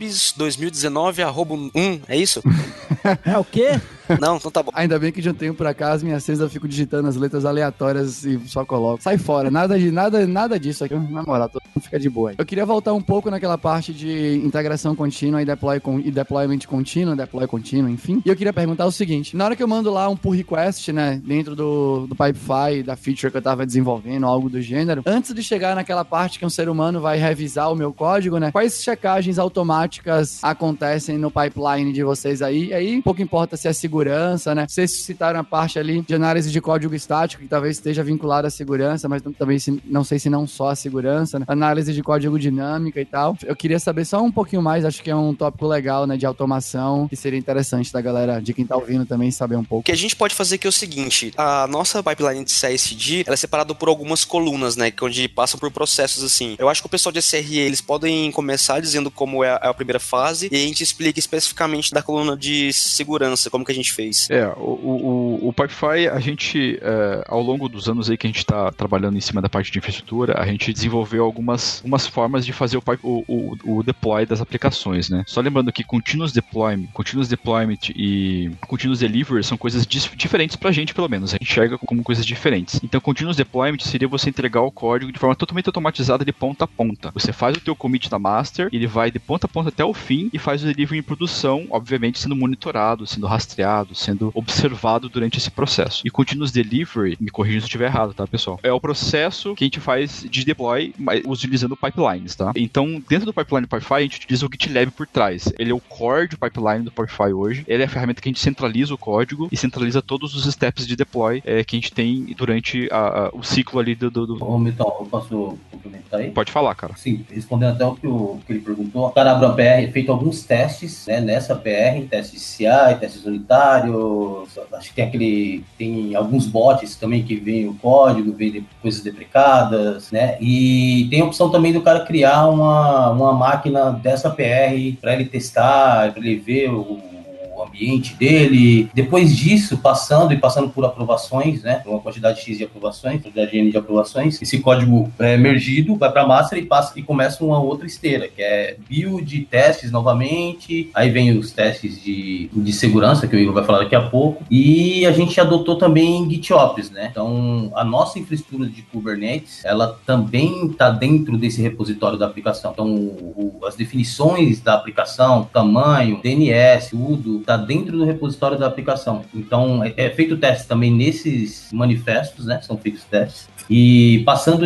gabs2019@1, é isso? É o quê? Não, então tá bom. Ainda bem que de um tempo pra cá as minhas senhas eu fico digitando as letras aleatórias e só coloco. Sai fora, nada disso aqui. Na moral, todo mundo fica de boa aí. Eu queria voltar um pouco naquela parte de integração contínua e deployment contínuo, deploy contínuo, enfim. E eu queria perguntar o seguinte: na hora que eu mando lá um pull request, né, dentro do Pipefy, da feature que eu tava desenvolvendo, algo do gênero, antes de chegar naquela parte que um ser humano vai revisar o meu código, né, quais checagens automáticas acontecem no pipeline de vocês aí? E aí, pouco importa se é segurança, né? Vocês citaram a parte ali de análise de código estático, que talvez esteja vinculada à segurança, mas também não sei se não só a segurança, né? Análise de código dinâmica e tal. Eu queria saber só um pouquinho mais, acho que é um tópico legal, né, de automação, que seria interessante da galera, de quem tá ouvindo também, saber um pouco. O que a gente pode fazer aqui é o seguinte: a nossa pipeline de CI/CD, ela é separada por algumas colunas, né, que onde passam por processos assim. Eu acho que o pessoal de SRE, eles podem começar dizendo como é a primeira fase, e a gente explica especificamente da coluna de segurança, como que a gente fez. O Pipefy, a gente, ao longo dos anos aí que a gente está trabalhando em cima da parte de infraestrutura, a gente desenvolveu algumas formas de fazer o deploy das aplicações, né? Só lembrando que Continuous Deployment e Continuous Delivery são coisas diferentes pra gente, pelo menos. A gente enxerga como coisas diferentes. Então, Continuous Deployment seria você entregar o código de forma totalmente automatizada de ponta a ponta. Você faz o teu commit na master, ele vai de ponta a ponta até o fim e faz o delivery em produção, obviamente sendo monitorado, sendo rastreado, sendo observado durante esse processo. E Continuous Delivery, me corrija se eu estiver errado, tá, pessoal? É o processo que a gente faz de deploy utilizando pipelines, tá? Então, dentro do pipeline do Pipefy, a gente utiliza o GitLab por trás. Ele é o core do pipeline do Pipefy hoje. Ele é a ferramenta que a gente centraliza o código e centraliza todos os steps de deploy que a gente tem durante o ciclo ali do... Ô, Milton, eu posso complementar aí? Pode falar, cara. Sim, respondendo até o que ele perguntou. Cada Abram PR feito alguns testes, né, nessa PR, testes de CI, testes unitários, acho que tem alguns bots também que vêm o código, vêm coisas deprecadas, né, e tem a opção também do cara criar uma máquina dessa PR para ele testar, para ele ver o ambiente dele. Depois disso, passando por aprovações, né, uma quantidade X de aprovações, quantidade N de aprovações, esse código é emergido, vai para a master e começa uma outra esteira, que é build, testes novamente, aí vem os testes de segurança, que o Igor vai falar daqui a pouco, e a gente adotou também GitOps, né, então a nossa infraestrutura de Kubernetes, ela também está dentro desse repositório da aplicação, então as definições da aplicação, tamanho, DNS, tudo, está dentro do repositório da aplicação. Então, é feito teste também nesses manifestos, né? São feitos testes. E passando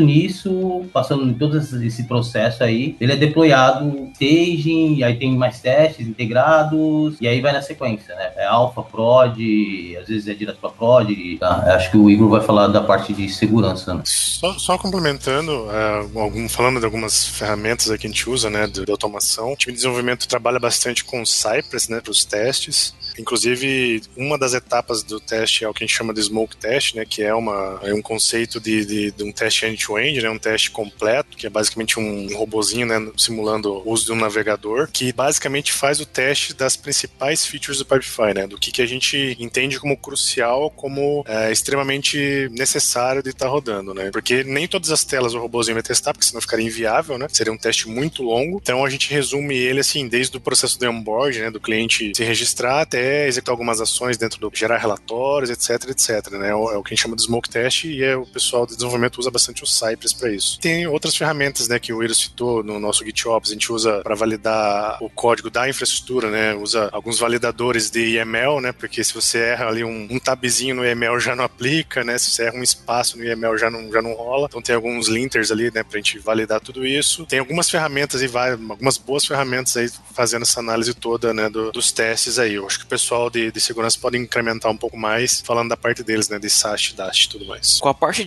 em todo esse processo aí, ele é deployado staging, e aí tem mais testes integrados, e aí vai na sequência, né? É alpha, prod, às vezes é direto para prod. Tá? Acho que o Igor vai falar da parte de segurança, né? Só complementando, falando de algumas ferramentas que a gente usa, né, de automação. O time de desenvolvimento trabalha bastante com Cypress, né, para os testes. Inclusive, uma das etapas do teste é o que a gente chama de smoke test, né, que é um conceito de um teste end-to-end, né, um teste completo, que é basicamente um robozinho, né, simulando o uso de um navegador, que basicamente faz o teste das principais features do Pipefy, né, do que a gente entende como crucial, como extremamente necessário de estar rodando, né, porque nem todas as telas o robozinho vai testar, porque senão ficaria inviável, né, seria um teste muito longo. Então a gente resume ele assim, desde o processo de onboard, né, do cliente se registrar até até executar algumas ações dentro do gerar relatórios, etc, né? É o que a gente chama de smoke test e o pessoal do desenvolvimento usa bastante o Cypress para isso. Tem outras ferramentas, né, que o Eiro citou no nosso GitOps, a gente usa para validar o código da infraestrutura, né? Usa alguns validadores de YAML, né? Porque se você erra ali um tabzinho no YAML já não aplica, né? Se você erra um espaço no YAML já não rola. Então tem alguns linters ali, né, pra gente validar tudo isso. Tem algumas ferramentas e algumas boas ferramentas aí fazendo essa análise toda, né, dos testes aí. Eu acho que o pessoal de segurança pode incrementar um pouco mais, falando da parte deles, né, de SAST, DAST e tudo mais. Com a parte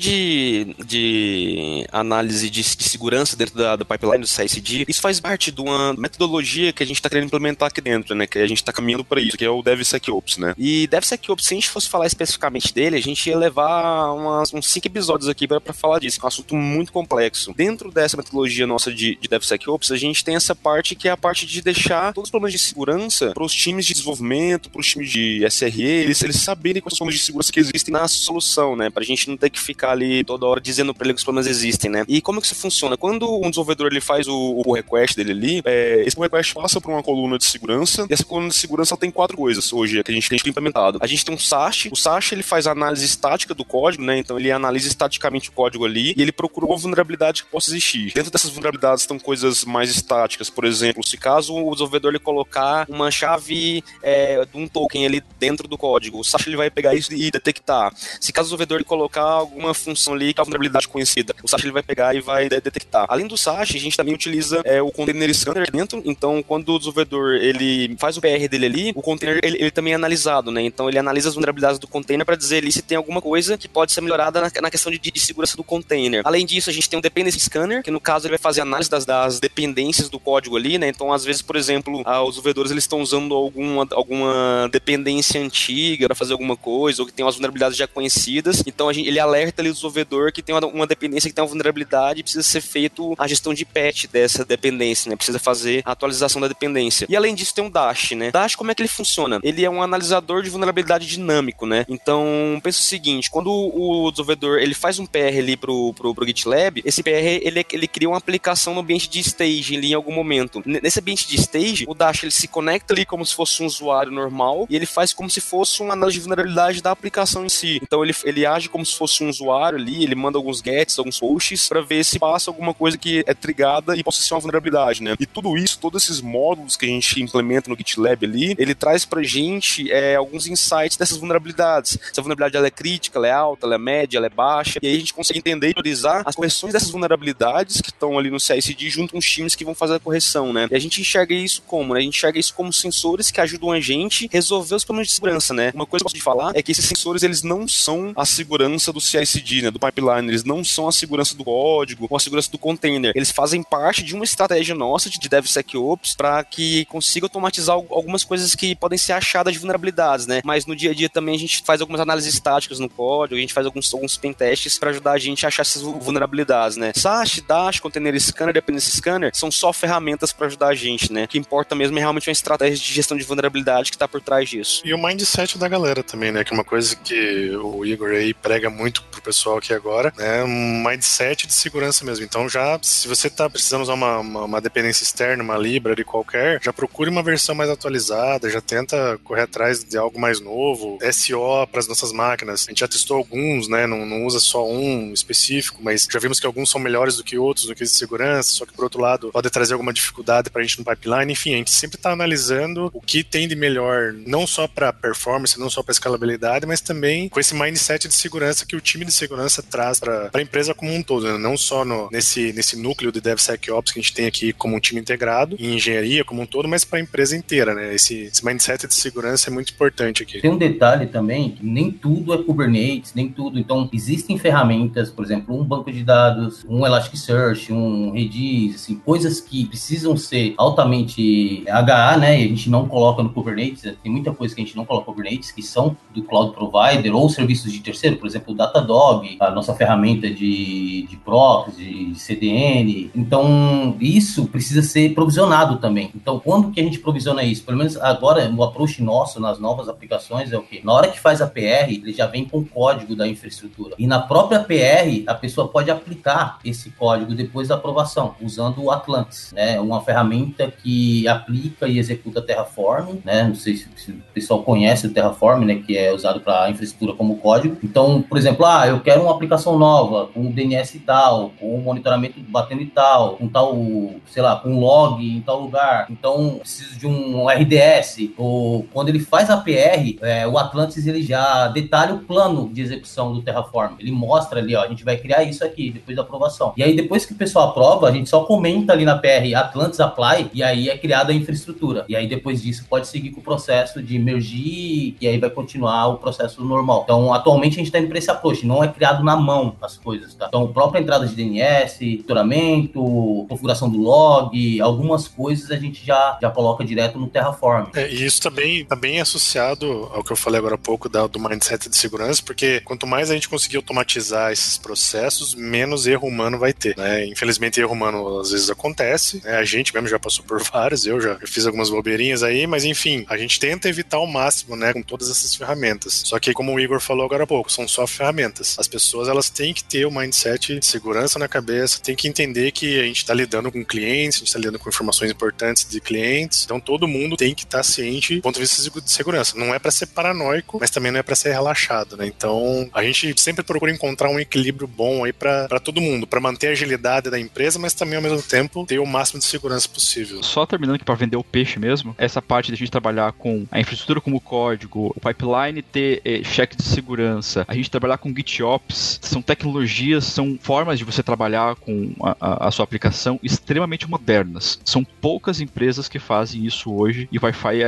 de análise de segurança dentro do pipeline do CI/CD, isso faz parte de uma metodologia que a gente está querendo implementar aqui dentro, né, que a gente está caminhando para isso, que é o DevSecOps, né. E DevSecOps, se a gente fosse falar especificamente dele, a gente ia levar uns 5 episódios aqui para falar disso, que é um assunto muito complexo. Dentro dessa metodologia nossa de DevSecOps, a gente tem essa parte que é a parte de deixar todos os problemas de segurança para os times de desenvolvimento, para os times de SRE, eles saberem quais são os problemas de segurança que existem na solução, né, pra gente não ter que ficar ali toda hora dizendo para ele que os problemas existem, né. E como que isso funciona? Quando um desenvolvedor ele faz o pull request dele ali, esse pull request passa por uma coluna de segurança, e essa coluna de segurança tem 4 coisas hoje que a gente tem implementado. A gente tem um SAST, o SAST ele faz a análise estática do código, né, então ele analisa estaticamente o código ali e ele procura uma vulnerabilidade que possa existir. Dentro dessas vulnerabilidades estão coisas mais estáticas, por exemplo, se caso o desenvolvedor ele colocar uma chave de um token ali dentro do código, o SAST ele vai pegar isso e detectar. Se caso o desenvolvedor ele colocar alguma função ali que é uma vulnerabilidade conhecida, o SAST ele vai pegar e vai detectar. Além do SAST, a gente também utiliza o container scanner dentro, então quando o desenvolvedor ele faz o PR dele ali, o container ele também é analisado, né? Então ele analisa as vulnerabilidades do container para dizer ali se tem alguma coisa que pode ser melhorada na questão de segurança do container. Além disso, a gente tem um dependency scanner, que no caso ele vai fazer análise das dependências do código ali, né? Então às vezes, por exemplo, os desenvolvedores eles estão usando alguma dependência antiga para fazer alguma coisa, ou que tem umas vulnerabilidades já conhecidas, então ele alerta ali o desenvolvedor que tem uma dependência que tem uma vulnerabilidade e precisa ser feito a gestão de patch dessa dependência, né? Precisa fazer a atualização da dependência. E além disso tem um Dash, né? Dash, como é que ele funciona? Ele é um analisador de vulnerabilidade dinâmico, né? Então, pensa o seguinte, quando o desenvolvedor ele faz um PR ali pro GitLab, esse PR ele cria uma aplicação no ambiente de stage ali em algum momento. Nesse ambiente de stage, o Dash ele se conecta ali como se fosse um usuário normal e ele faz como se fosse uma análise de vulnerabilidade da aplicação em si. Então ele age como se fosse um usuário ali, ele manda alguns gets, alguns pushes para ver se passa alguma coisa que é trigada e possa ser uma vulnerabilidade, né? E tudo isso, todos esses módulos que a gente implementa no GitLab ali, ele traz pra gente alguns insights dessas vulnerabilidades. Se a vulnerabilidade ela é crítica, ela é alta, ela é média, ela é baixa, e aí a gente consegue entender e priorizar as correções dessas vulnerabilidades que estão ali no CI/CD junto com os times que vão fazer a correção, né? E a gente enxerga isso como, né? A gente enxerga isso como sensores que ajudam a gente a resolver os problemas de segurança, né? Uma coisa que eu posso falar é que esses sensores, eles não são a segurança do CI/CD, né? Do pipeline, eles não são a segurança do código ou a segurança do container. Eles fazem parte de uma estratégia nossa de DevSecOps para que consiga automatizar algumas coisas que podem ser achadas de vulnerabilidades, né? Mas no dia a dia também a gente faz algumas análises estáticas no código, a gente faz alguns pen tests para ajudar a gente a achar essas vulnerabilidades, né? SAST, Dash, Container Scanner, Dependency Scanner são só ferramentas para ajudar a gente, né? O que importa mesmo é realmente uma estratégia de gestão de vulnerabilidade que tá por trás disso. E o mindset da galera também, né? Que é uma coisa que o Igor aí prega muito pro pessoal aqui agora, né? Um mindset de segurança mesmo. Então já, se você tá precisando usar uma dependência externa, uma library qualquer, já procure uma versão mais atualizada, já tenta correr atrás de algo mais novo, SO para as nossas máquinas. A gente já testou alguns, né? Não usa só um específico, mas já vimos que alguns são melhores do que outros no quesito de segurança, só que por outro lado pode trazer alguma dificuldade pra gente no pipeline. Enfim, a gente sempre tá analisando o que tem de melhor, não só para performance, não só para escalabilidade, mas também com esse mindset de segurança que o time de segurança traz para a empresa como um todo, né? Não só nesse núcleo de DevSecOps que a gente tem aqui como um time integrado, em engenharia como um todo, mas para a empresa inteira, né? Esse mindset de segurança é muito importante aqui. Tem um detalhe também, que nem tudo é Kubernetes, nem tudo. Então, existem ferramentas, por exemplo, um banco de dados, um Elasticsearch, um Redis, assim, coisas que precisam ser altamente HA, né? E a gente não coloca no Kubernetes. Tem muita coisa que a gente não coloca no Kubernetes, que são do Cloud Provider ou serviços de terceiro, por exemplo, o Datadog, a nossa ferramenta de proxy, de CDN. Então, isso precisa ser provisionado também. Então, quando que a gente provisiona isso? Pelo menos agora, o approach nosso nas novas aplicações é o quê? Na hora que faz a PR, ele já vem com o código da infraestrutura. E na própria PR, a pessoa pode aplicar esse código depois da aprovação, usando o Atlantis, né? Uma ferramenta que aplica e executa Terraform, né? sei se o pessoal conhece o Terraform, né, que é usado para infraestrutura como código. Então, por exemplo, eu quero uma aplicação nova, com o DNS e tal, com o monitoramento batendo e tal, com tal, sei lá, com log em tal lugar. Então, preciso de um RDS. Ou quando ele faz a PR, o Atlantis ele já detalha o plano de execução do Terraform. Ele mostra ali, ó, a gente vai criar isso aqui depois da aprovação. E aí, depois que o pessoal aprova, a gente só comenta ali na PR Atlantis Apply, e aí é criada a infraestrutura. E aí, depois disso, pode seguir com o processo de mergir, e aí vai continuar o processo normal. Então, atualmente, a gente está indo para esse approach. Não é criado na mão as coisas, tá? Então, própria entrada de DNS, monitoramento, configuração do log, algumas coisas a gente já coloca direto no Terraform. E isso também tá bem associado ao que eu falei agora há pouco do mindset de segurança, porque quanto mais a gente conseguir automatizar esses processos, menos erro humano vai ter, né? Infelizmente, erro humano às vezes acontece, né? A gente mesmo já passou por vários, eu já fiz algumas bobeirinhas aí, mas enfim, a gente tenta evitar ao máximo, né, com todas essas ferramentas. Só que, como o Igor falou agora há pouco, são só ferramentas. As pessoas, elas têm que ter o mindset de segurança na cabeça, têm que entender que a gente está lidando com clientes, a gente está lidando com informações importantes de clientes, então todo mundo tem que estar ciente do ponto de vista de segurança. Não é para ser paranoico, mas também não é para ser relaxado, né? Então, a gente sempre procura encontrar um equilíbrio bom aí para todo mundo, para manter a agilidade da empresa, mas também, ao mesmo tempo, ter o máximo de segurança possível. Só terminando aqui para vender o peixe mesmo, essa parte de a gente trabalhar com a infraestrutura como código, o pipeline ter check de segurança, a gente trabalhar com GitOps, são tecnologias, são formas de você trabalhar com a sua aplicação extremamente modernas. São poucas empresas que fazem isso hoje, e o Wi-Fi,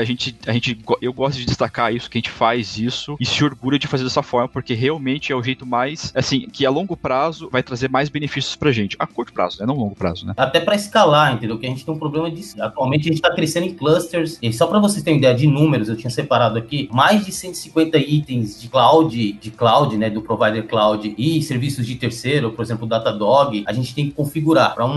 eu gosto de destacar isso, que a gente faz isso e se orgulha de fazer dessa forma, porque realmente é o jeito mais, assim, que a longo prazo vai trazer mais benefícios pra gente. A curto prazo, né? Não longo prazo, né? Até pra escalar, entendeu? Que a gente tem um problema disso. Atualmente a gente tá crescendo em clusters, e só pra vocês terem ideia de números, eu tinha separado aqui, mais de 150 itens de cloud, né, do provider cloud e serviços de terceiro, por exemplo, o Datadog, a gente tem que configurar para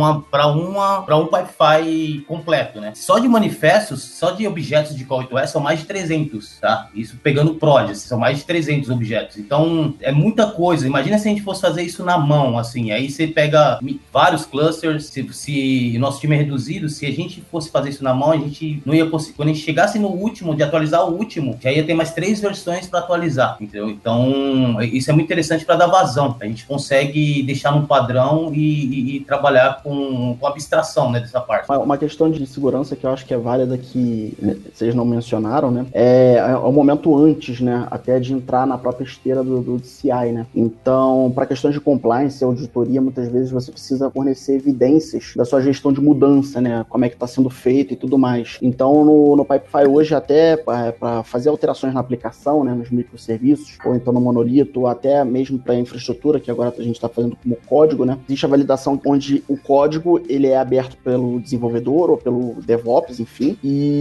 um Wi-Fi completo, né? Só de manifestos, só de objetos de Call2S são mais de 300, tá? Isso pegando prods, são mais de 300 objetos. Então, é muita coisa. Imagina se a gente fosse fazer isso na mão, assim, aí você pega vários clusters, se o nosso time é reduzido, se a gente fosse fazer isso na mão, a gente não ia conseguir. Quando a gente chegasse no último, de atualizar o último, já ia ter mais 3 versões para atualizar, entendeu? Então, isso é muito interessante para dar vazão. A gente consegue deixar num padrão e trabalhar com abstração, né, dessa parte. Uma questão de segurança que eu acho que é válida, que vocês não mencionaram, né, é o momento antes, né, até de entrar na própria esteira do CI, né. Então, para questões de compliance e auditoria, muitas vezes você precisa fornecer evidências da sua gestão de mudança, né, como é que está sendo feito e tudo mais. Então, no Pipefy hoje, até para fazer alterações na aplicação, né, nos microserviços, ou então no monolito, ou até mesmo para a infraestrutura, que agora a gente está fazendo como código, né, existe a validação onde o código ele é aberto pelo desenvolvedor ou pelo DevOps, enfim,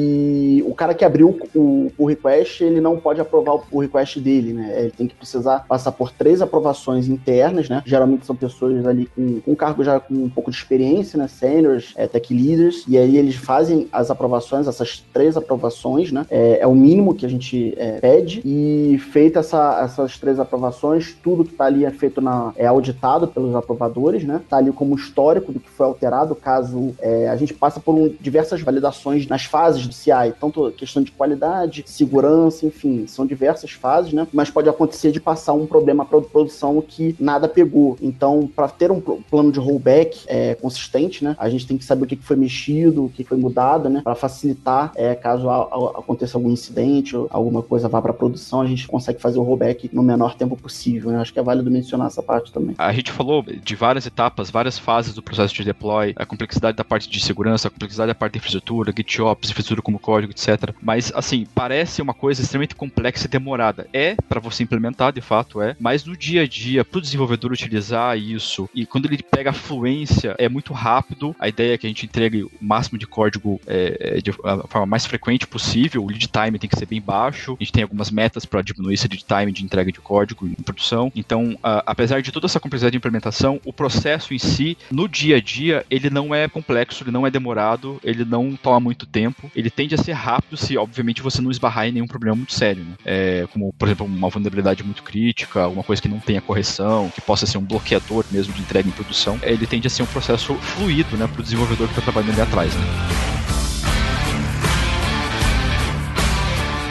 e o cara que abriu o pull request, ele não pode aprovar o pull request dele, né, ele tem que precisar passar por 3 aprovações internas, né, geralmente são pessoas ali com cargo já com um pouco de experiência, né, seniors, tech leaders, e aí eles fazem as aprovações, essas 3 aprovações, né, é o mínimo que a gente pede, e feita essas 3 aprovações, tudo que tá ali é feito é auditado pelos aprovadores, né, tá ali como histórico do que foi alterado, caso a gente passa por diversas validações nas fases do CI, tanto questão de qualidade, segurança, enfim, são diversas fases, né, mas pode acontecer de passar um problema para produção que nada pegou. Então, para ter um plano de rollback consistente, né, a gente tem que saber o que foi mexido, o que foi mudado, né, para facilitar, caso aconteça algum incidente ou alguma coisa vá para produção, a gente consegue fazer o rollback no menor tempo possível, né? Acho que é válido mencionar essa parte também. A gente falou de várias etapas, várias fases do processo de deploy, a complexidade da parte de segurança, a complexidade da parte de infraestrutura, GitOps, infraestrutura como código, etc. Mas, assim, parece uma coisa extremamente complexa e demorada. É para você implementar, de fato, mas no dia a dia, para o desenvolvedor utilizar isso, e quando ele pega a fluência, é muito rápido. A ideia é que a gente entregue o máximo de código de forma mais frequente possível. O lead time tem que ser bem baixo. A gente tem algumas metas para diminuir esse lead time de entrega de código em produção. Então, apesar de toda essa complexidade de implementação, o processo em si, no dia a dia, ele não é complexo, ele não é demorado, ele não toma muito tempo. Ele tende a ser rápido se, obviamente, você não esbarrar em nenhum problema muito sério, né? Como, por exemplo, uma vulnerabilidade muito crítica, alguma coisa que não tenha correção, que possa ser um bloqueador mesmo de entrega em produção. Ele tende a ser um processo fluido, né, para o desenvolvedor que está trabalhando ali atrás, né?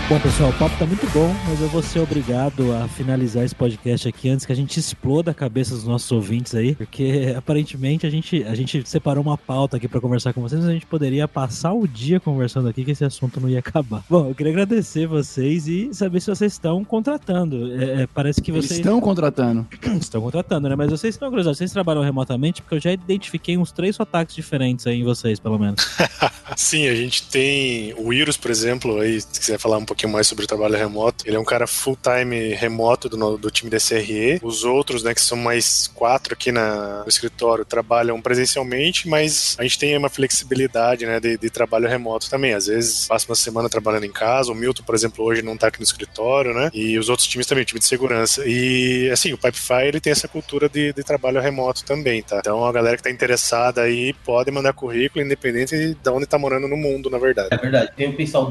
Bom, pessoal, o papo tá muito bom, mas eu vou ser obrigado a finalizar esse podcast aqui antes que a gente exploda a cabeça dos nossos ouvintes aí, porque aparentemente a gente separou uma pauta aqui pra conversar com vocês, mas a gente poderia passar o dia conversando aqui que esse assunto não ia acabar. Bom, eu queria agradecer vocês e saber se vocês estão contratando. Parece que vocês... Eles estão contratando. Estão contratando, né? Mas vocês estão curiosos, vocês trabalham remotamente? Porque eu já identifiquei uns 3 sotaques diferentes aí em vocês, pelo menos. Sim, a gente tem o Iros, por exemplo, aí, se quiser falar um pouquinho mais sobre o trabalho remoto, ele é um cara full-time remoto do time da SRE. Os outros, né, que são mais 4 aqui no escritório, trabalham presencialmente, mas a gente tem uma flexibilidade, né, de trabalho remoto também. Às vezes, passa uma semana trabalhando em casa, o Milton, por exemplo, hoje não tá aqui no escritório, né, e os outros times também, o time de segurança. E, assim, o Pipefy, ele tem essa cultura de trabalho remoto também, tá? Então, a galera que tá interessada aí pode mandar currículo, independente de onde tá morando no mundo, na verdade. É verdade. Tem o pessoal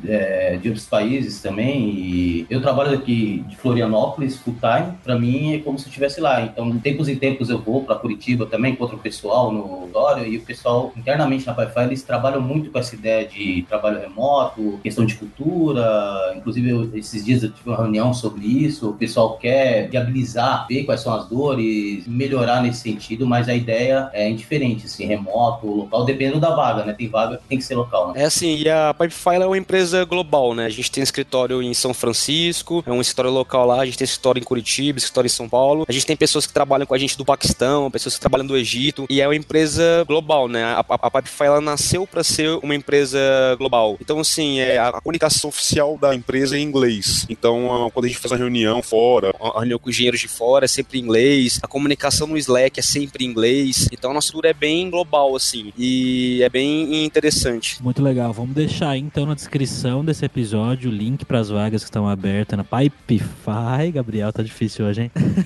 de outros países também, e eu trabalho aqui de Florianópolis, full time, pra mim é como se eu estivesse lá. Então, de tempos em tempos eu vou pra Curitiba também, encontro o pessoal no Dório, e o pessoal internamente na Pipefy, eles trabalham muito com essa ideia de trabalho remoto, questão de cultura. Inclusive, esses dias eu tive uma reunião sobre isso, o pessoal quer viabilizar, ver quais são as dores, melhorar nesse sentido, mas a ideia é indiferente, assim, remoto, local, dependendo da vaga, né? Tem vaga que tem que ser local, né? É assim, e a Pipefy é uma empresa global, né? A gente tem escritório em São Francisco, é um escritório local lá, a gente tem escritório em Curitiba, escritório em São Paulo, a gente tem pessoas que trabalham com a gente do Paquistão, pessoas que trabalham do Egito, e é uma empresa global, né? A Pipefy, ela nasceu para ser uma empresa global. Então, assim, a comunicação oficial da empresa é em inglês. Então, quando a gente faz uma reunião fora, uma reunião com engenheiros de fora, é sempre em inglês, a comunicação no Slack é sempre em inglês, então a nossa cultura é bem global, assim, e é bem interessante. Muito legal. Vamos deixar aí, então, na descrição desse episódio o link para as vagas que estão abertas na Pipefy. Gabriel, tá difícil hoje, hein?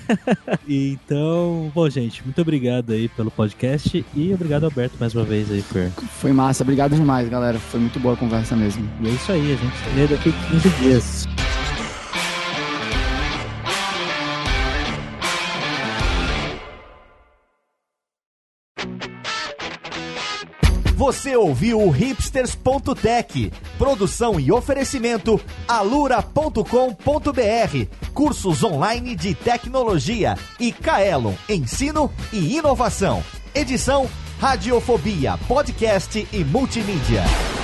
Então, bom, gente, muito obrigado aí pelo podcast e obrigado, Alberto, mais uma vez aí por... Foi massa. Obrigado demais, galera. Foi muito boa a conversa mesmo. E é isso aí, a gente se vê daqui 15 dias. Você ouviu o hipsters.tech, produção e oferecimento alura.com.br, cursos online de tecnologia e Kaelon, ensino e inovação. Edição Radiofobia, podcast e multimídia.